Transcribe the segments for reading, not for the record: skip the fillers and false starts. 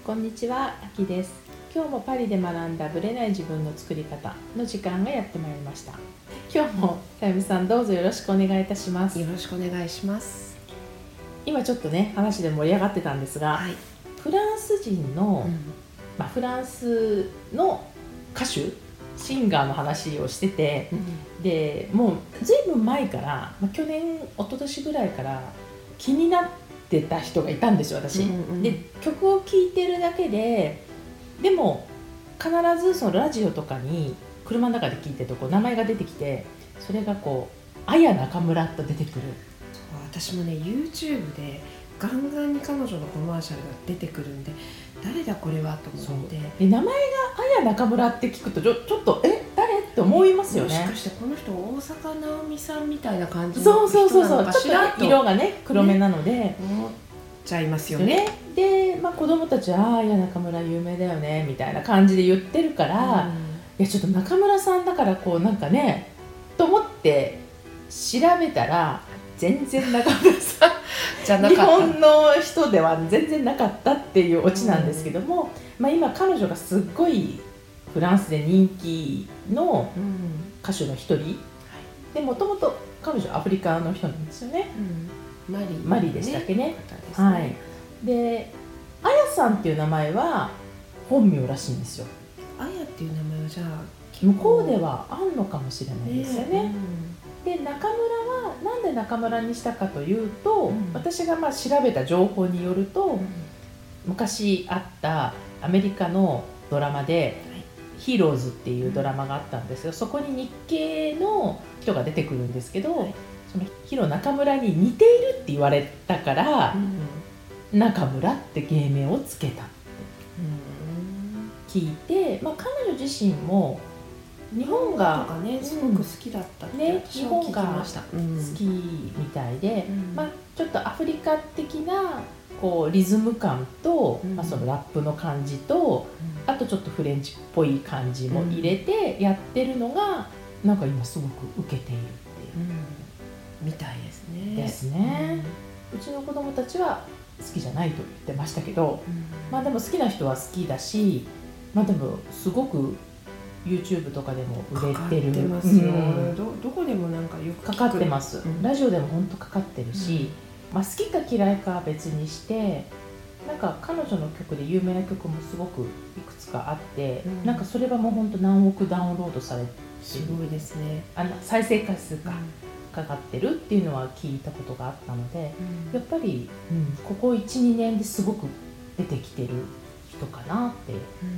こんにちは、あきです。今日もパリで学んだブレない自分の作り方の時間がやってまいりました。今日もさゆみさん、どうぞよろしくお願いいたします。 よろしくお願いします。 今ちょっとね、話で盛り上がってたんですが、フランス人の、フランスの歌手シンガーの話をしてて、でもうずいぶん前から、去年一昨年ぐらいから気になってた人がいたんですよ、私。で曲を聴いてるだけでも必ずそのラジオとかに車の中で聴いてると名前が出てきて、それが綾中村と出てくる。 私もね YouTube でガンガンに彼女のコマーシャルが出てくるんで、誰だこれはと思って、 で名前が綾中村って聞くとちょっと誰って思いますよね。 もしかしてこの人大坂なおみさんみたいな感じの人なのかしらと、 ちょっと色がね黒めなので、 思っちゃいますよね。 で、子供たちは綾中村有名だよねみたいな感じで言ってるから、いやちょっと中村さんだからなんかねと思って調べたら、全然中村さんじゃなかった、 日本の人では全然なかったっていうオチなんですけども、今彼女がすっごいフランスで人気の歌手の一人、でもともと彼女アフリカの人なんですよね。マリでしたっけね。はい。で、あやさんっていう名前は本名らしいんですよ。 あやっていう名前はじゃあ向こうではあんのかもしれないですよね。で、中村はなんで中村にしたかというと、私が調べた情報によると、昔あったアメリカのドラマで、ヒーローズっていうドラマがあったんですよ。そこに日系の人が出てくるんですけど、そのヒロ中村に似ているって言われたから、中村って芸名をつけたって聞いて、彼女自身も日本がすごく好きだったって私は聞きました。 好きみたいで、ちょっとアフリカ的なリズム感と、そのラップの感じと、あとちょっとフレンチっぽい感じも入れてやってるのが、なんか今すごく受けているっていう、 みたいですね。うちの子供たちは好きじゃないと言ってましたけど、でも好きな人は好きだし、でもすごく YouTube とかでも売れてる。 かかってますよ。どこでもなんかよくかかってます。ラジオでも本当かかってるし、好きか嫌いかは別にして、なんか彼女の曲で有名な曲もすごくいくつかあって、なんかそれがもう本当何億ダウンロードされて、 すごいですね。 再生回数かかかってるっていうのは聞いたことがあったので、やっぱり、ここ 1,2 年ですごく出てきてる人かなって。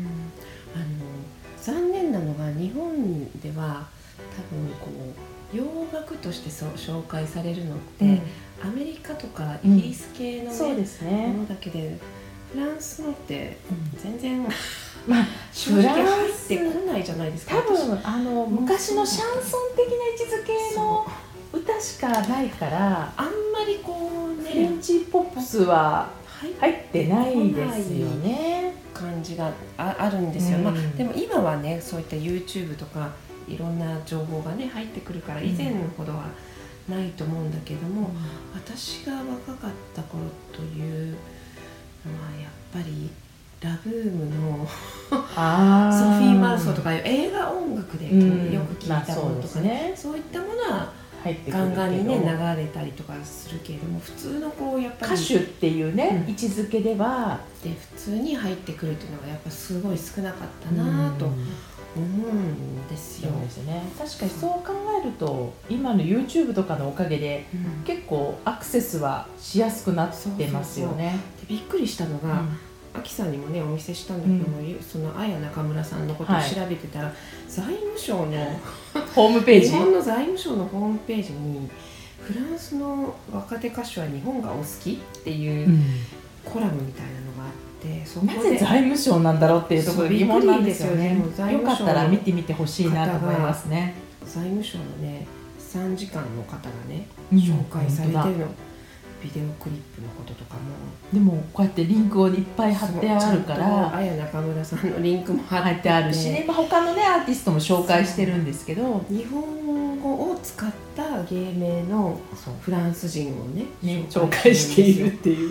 残念なのが日本では多分洋楽として紹介されるのって、アメリカとかイギリス系の、 そうですね、 ものだけで、フランスのって全然、正フ直入ランスってこないじゃないですか。 多分昔のシャンソン的な位置づけの歌しかないから、 あんまりフレンチポップスは入ってないですよね。 感じが あるんですよ。でも今はね、そういった YouTube とかいろんな情報がね入ってくるから、以前ほどはないと思うんだけども、私が若かった頃というのはやっぱりラブームのソフィー・マルソーとかいう映画音楽でよく聴いたものとかね、そういったものはガンガンにね流れたりとかするけれども、普通のやっぱり歌手っていうね、位置づけではで普通に入ってくるっていうのがやっぱすごい少なかったなと思うんですよ。 そうですね。確かにそう考えると、今の YouTube とかのおかげで、結構アクセスはしやすくなってますよね。 でびっくりしたのが、あきさんにもねお見せしたんだけども、その綾中村さんのことを調べてたら、財務省のホームページ、 日本の財務省のホームページに、フランスの若手歌手は日本がお好きっていうコラムみたいなのがあって、そこでなぜ財務省なんだろうっていうところで疑問なんですよね。よかったら見てみてほしいなと思いますね。 財務省のね3時間の方がね紹介されてるの、ビデオクリップのこととかも。 でもこうやってリンクをいっぱい貼ってあるから、 綾中村さんのリンクも貼ってあるしね、他のねアーティストも紹介してるんですけど、 日本語を使った芸名のフランス人をね紹介しているっていう。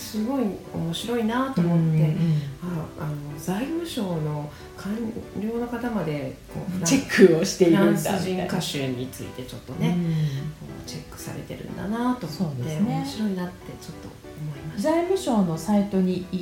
すごい面白いなと思って、財務省の官僚の方までこうチェックをしているんだみたいな。 フランス人歌手についてちょっとね、チェックされてるんだなと思って、面白いなってちょっと思いました。 財務省のサイトに行って、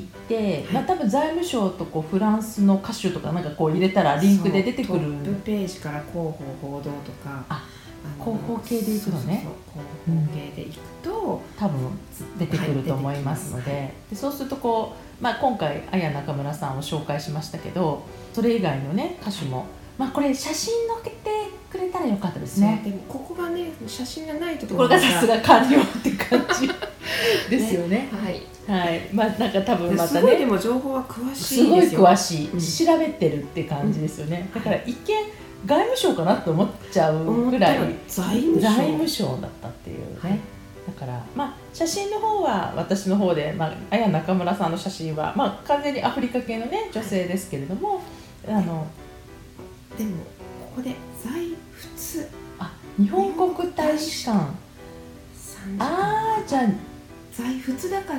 多分財務省とこうフランスの歌手とかなんかこう入れたらリンクで出てくる。 トップページから広報報道とか、 広報系でいくのね。 広報系でいくと、 多分出てくると思いますので、そうするとこう、今回綾中村さんを紹介しましたけど、それ以外のね歌手も、これ写真載せてくれたらよかったですね。 でもここがね写真がないところがさすが官僚って感じですよね。はい、なんか多分またね、 すごいでも情報は詳しいですよ。 すごい詳しい、調べてるって感じですよね。だから一見外務省かなと思っちゃうぐらい財務省だったっていうね。だから写真の方は私の方で、綾中村さんの写真は、完全にアフリカ系のね女性ですけれども、 でもここで在仏、 日本国大使館、じゃあ在仏だから、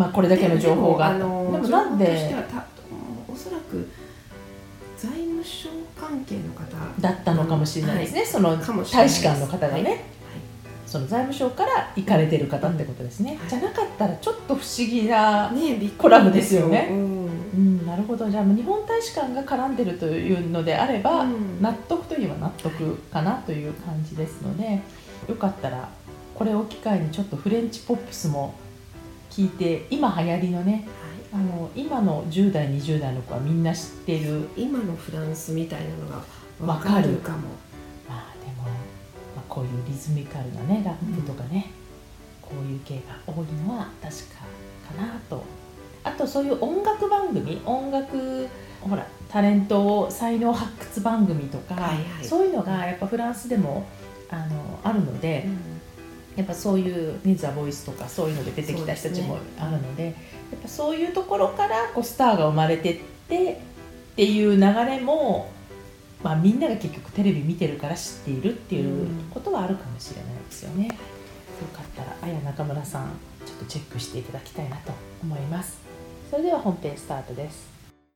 これだけの情報があった。でもなんで情報としてはおそらく財務省関係の方だったのかもしれないですね。その大使館の方がね、その財務省から行かれてる方ってことですね。じゃなかったらちょっと不思議なコラムですよね。なるほど。じゃあ日本大使館が絡んでるというのであれば、納得といえば納得かなという感じですので、よかったらこれを機会にちょっとフレンチポップスも聞いて、今流行りのね、今の10代20代の子はみんな知ってる今のフランスみたいなのが分かるかも。 でも、こういうリズミカルなねラップとかね、こういう系が多いのは確かかなと。あとそういう音楽番組、ほらタレントを才能発掘番組とか、そういうのがやっぱフランスでもあるので、やっぱそういう「ザ・ボイス」とかそういうので出てきた人たちもあるので、やっぱそういうところからこうスターが生まれてってっていう流れも、みんなが結局テレビ見てるから知っているっていうことはあるかもしれないですよね。よかったら綾中村さんちょっとチェックしていただきたいなと思います。それでは本編スタートです。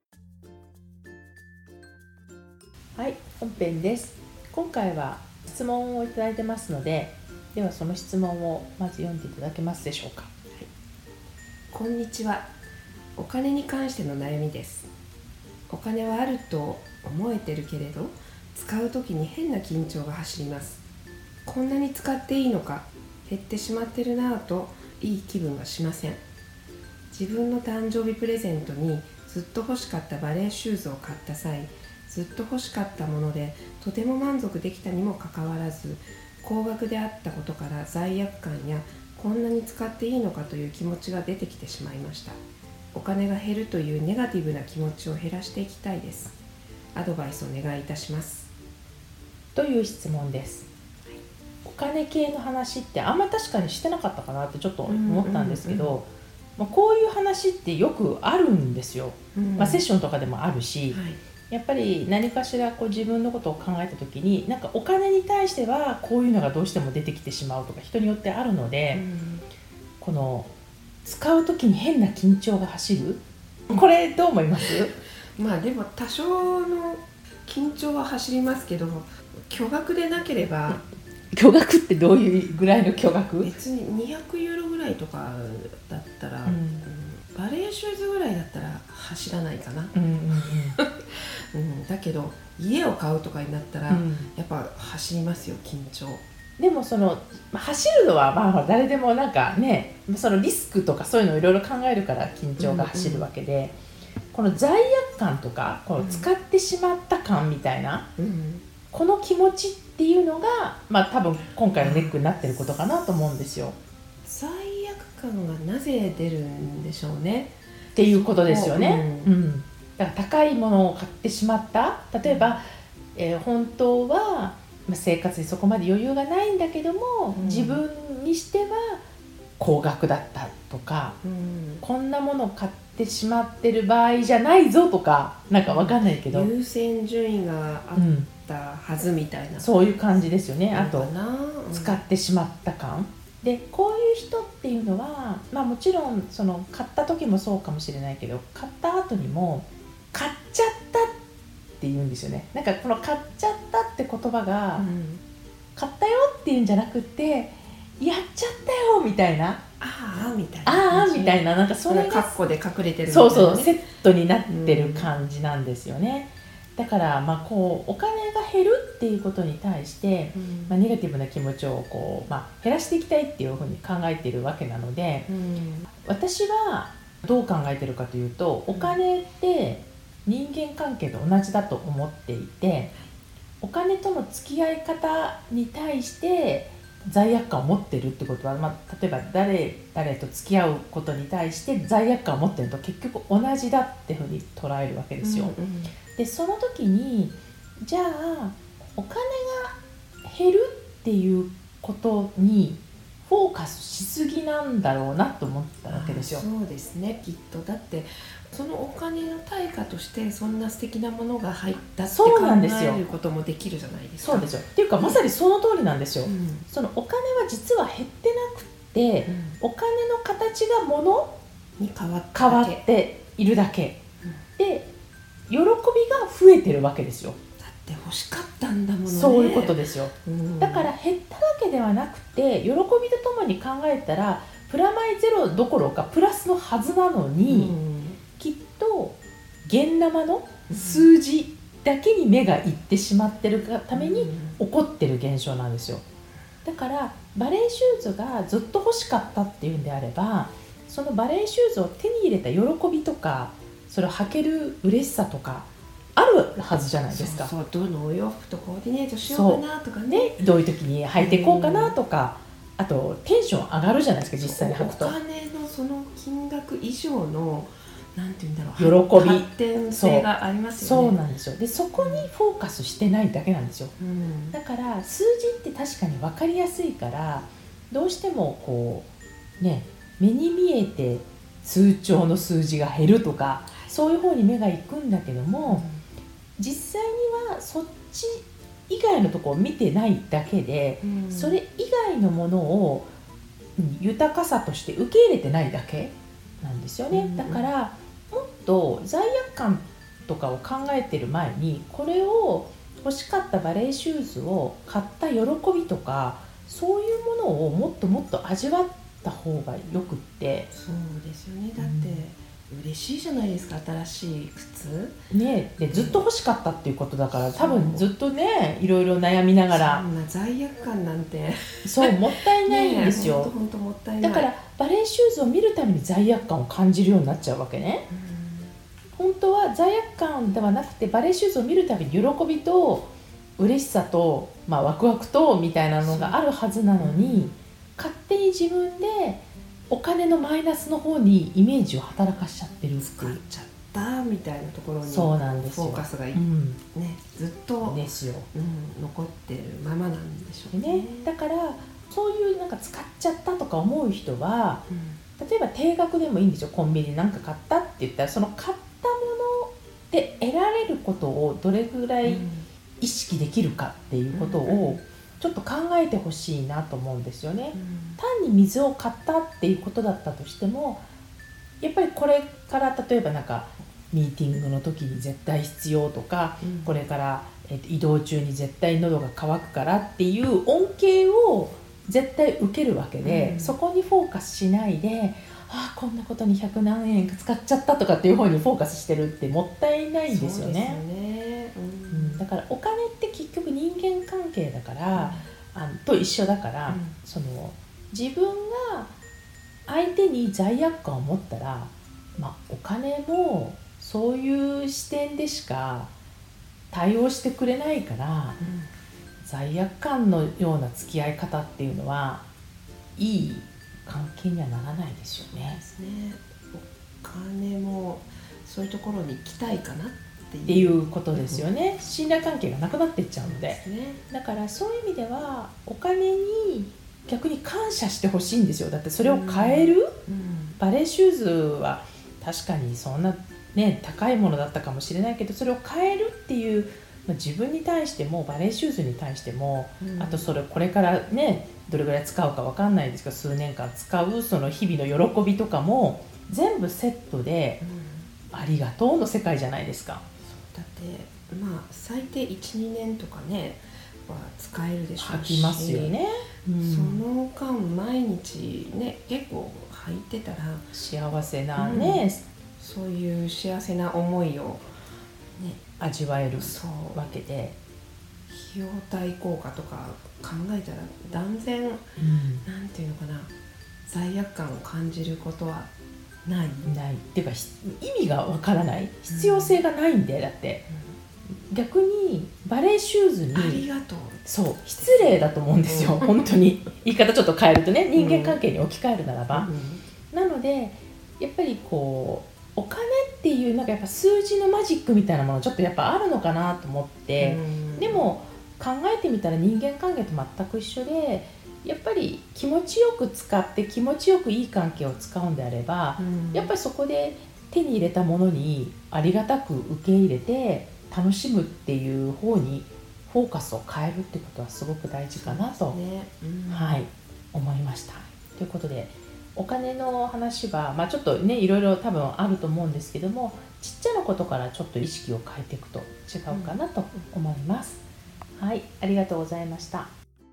はい、本編です。今回は質問をいただいてますので、ではその質問をまず読んでいただけますでしょうか。 こんにちは。お金に関しての悩みです。お金はあると思えてるけれど、使うときに変な緊張が走ります。こんなに使っていいのか、減ってしまってるなぁといい気分がしません。自分の誕生日プレゼントにずっと欲しかったバレーシューズを買った際、ずっと欲しかったものでとても満足できたにもかかわらず、高額であったことから罪悪感やこんなに使っていいのかという気持ちが出てきてしまいました。お金が減るというネガティブな気持ちを減らしていきたいです。アドバイスお願いいたします。 という質問です。お金系の話ってあんま確かにしてなかったかなってちょっと思ったんですけど、こういう話ってよくあるんですよ。セッションとかでもあるし、やっぱり何かしらこう自分のことを考えた時に、なんかお金に対してはこういうのがどうしても出てきてしまうとか人によってあるので、この使う時に変な緊張が走る、これどう思います？ でも多少の緊張は走りますけど、巨額でなければ。 巨額ってどういうぐらいの巨額？ 別に200ユーロぐらいとかだったら、バレーシューズぐらいだったら走らないかな。だけど家を買うとかになったら、やっぱ走りますよ、緊張。 でもその走るのは誰でもなんかね、そのリスクとかそういうのをいろいろ考えるから緊張が走るわけで、この罪悪感とかこの使ってしまった感みたいな、この気持ちっていうのが、多分今回のネックになってることかなと思うんですよ。 罪悪感がなぜ出るんでしょうねっていうことですよね。だから高いものを買ってしまった、例えば、本当は生活にそこまで余裕がないんだけども、自分にしては高額だったとか、こんなものを買ってしまってる場合じゃないぞとか、なんかわかんないけど、 優先順位があったはずみたいな、 そういう感じですよね。あと使ってしまった感、 でこういう人っていうのは、もちろんその買った時もそうかもしれないけど、買った後にも買っちゃったって言うんですよね。なんかこの買っちゃったって言葉が、買ったよっていうんじゃなくて、やっちゃったよみたいな、 ああみたいな、 みたいな、なんかそれがカッコで隠れてるみたいな、 そうセットになってる感じなんですよね。だからこうお金が減るっていうことに対して、ネガティブな気持ちをこう、減らしていきたいっていうふうに考えているわけなので、私はどう考えてるかというと、お金って人間関係と同じだと思っていて、お金との付き合い方に対して罪悪感を持ってるってことは、例えば誰と付き合うことに対して罪悪感を持ってると結局同じだっていうふうに捉えるわけですよ。でその時に、じゃあお金が減るっていうことにフォーカスしすぎなんだろうなと思ったわけですよ。 そうですね、きっと。だってそのお金の対価としてそんな素敵なものが入ったって考えることもできるじゃないですか。 そうですよ。っていうか、まさにその通りなんですよ。そのお金は実は減ってなくて、お金の形が物に変わっているだけ、で喜びが増えてるわけですよ。 だって欲しかったんだものね。 そういうことですよ。だから減ったわけではなくて、喜びとともに考えたらプラマイゼロどころかプラスのはずなのに、きっと現生の数字だけに目がいってしまってるがために起こってる現象なんですよ。だからバレーシューズがずっと欲しかったっていうんであれば、そのバレーシューズを手に入れた喜びとか、それを履ける嬉しさとかあるはずじゃないですか。 どのお洋服とコーディネートしようかなとかね、 どういう時に履いていこうかなとか、あとテンション上がるじゃないですか、実際に履くと。 お金のその金額以上のなんていうんだろう、 喜び、 発展性がありますよね。 そうなんですよ。でそこにフォーカスしてないだけなんですよ。だから数字って確かに分かりやすいから、どうしてもこうね、目に見えて通帳の数字が減るとか、そういう方に目がいくんだけども、実際にはそっち以外のところを見てないだけで、それ以外のものを豊かさとして受け入れてないだけなんですよね。だからもっと罪悪感とかを考えてる前に、これを欲しかったバレーシューズを買った喜びとか、そういうものをもっともっと味わった方がよくって。 そうですよね。だって嬉しいじゃないですか、新しい靴ね。でずっと欲しかったっていうことだから、多分ずっとね、いろいろ悩みながら、 そんな罪悪感なんてそうもったいないんですよ。 本当もったいない。 だからバレーシューズを見るために罪悪感を感じるようになっちゃうわけね。本当は罪悪感ではなくて、バレーシューズを見るたびに喜びと嬉しさと、ワクワクとみたいなのがあるはずなのに、勝手に自分でお金のマイナスの方にイメージを働かしちゃってる。 使っちゃったみたいなところにフそうなんですよ。 ォーカスが、ずっとですよ、 残ってるままなんでしょうね。 だからそういうなんか使っちゃったとか思う人は、例えば定額でもいいんですよ。コンビニなんか買ったって言ったら、その買ったもので得られることをどれぐらい意識できるかっていうことをちょっと考えてほしいなと思うんですよね。単に水を買ったっていうことだったとしても、やっぱりこれから例えばなんかミーティングの時に絶対必要とか、これから移動中に絶対喉が渇くからっていう恩恵を絶対受けるわけで、そこにフォーカスしないで、こんなことに100何円使っちゃったとかっていう方にフォーカスしてるってもったいないんですよね。だからお金って結局人間関係だから、と一緒だから、その自分が相手に罪悪感を持ったら、お金もそういう視点でしか対応してくれないから、罪悪感のような付き合い方っていうのはいい関係にはならないですよね。 お金もそういうところに来たいかなっていうことですよね。信頼関係がなくなっていっちゃうので、だからそういう意味ではお金に逆に感謝してほしいんですよ。だってそれを買える、バレーシューズは確かにそんなね高いものだったかもしれないけど、それを買えるっていう自分に対してもバレエシューズに対しても、あとこれからねどれぐらい使うか分かんないですけど、数年間使うその日々の喜びとかも全部セットで、ありがとうの世界じゃないですか。 だって最低 1,2 年とかねは使えるでしょうし、 履きますよね、 その間毎日ね結構履いてたら幸せなね、 そういう幸せな思いを、ね、 味わえるわけで、 費用対効果とか考えたら断然、なんていうのかな、罪悪感を感じることはないっていうか意味がわからない、必要性がないんで、だって、逆にバレエシューズにありがとう、 そう失礼だと思うんですよ、本当に言い方ちょっと変えるとね、人間関係に置き換えるならば、なのでやっぱりお金っていうなんかやっぱ数字のマジックみたいなものちょっとやっぱあるのかなと思って、でも考えてみたら人間関係と全く一緒で、やっぱり気持ちよく使って気持ちよくいい関係を使うんであれば、やっぱりそこで手に入れたものにありがたく受け入れて楽しむっていう方にフォーカスを変えるってことはすごく大事かなと、思いました。ということでお金の話は、ちょっとねいろいろ多分あると思うんですけども、ちっちゃなことからちょっと意識を変えていくと違うかなと思います。はい、ありがとうございました。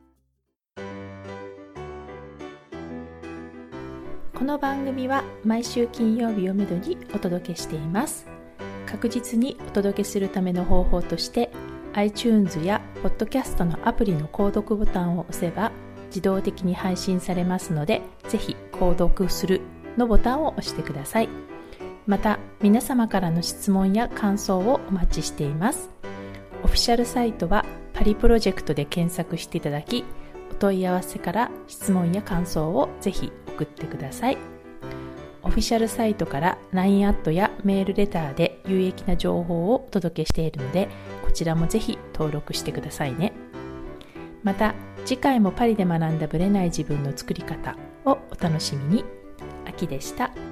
この番組は毎週金曜日をめどにお届けしています。確実にお届けするための方法として iTunes や Podcast のアプリの購読ボタンを押せば自動的に配信されますので、ぜひ購読するのボタンを押してください。また皆様からの質問や感想をお待ちしています。オフィシャルサイトはパリプロジェクトで検索していただき、お問い合わせから質問や感想をぜひ送ってください。オフィシャルサイトから LINE アットやメールレターで有益な情報をお届けしているので、こちらもぜひ登録してくださいね。また次回もパリで学んだブレない自分の作り方をお楽しみに。あきでした。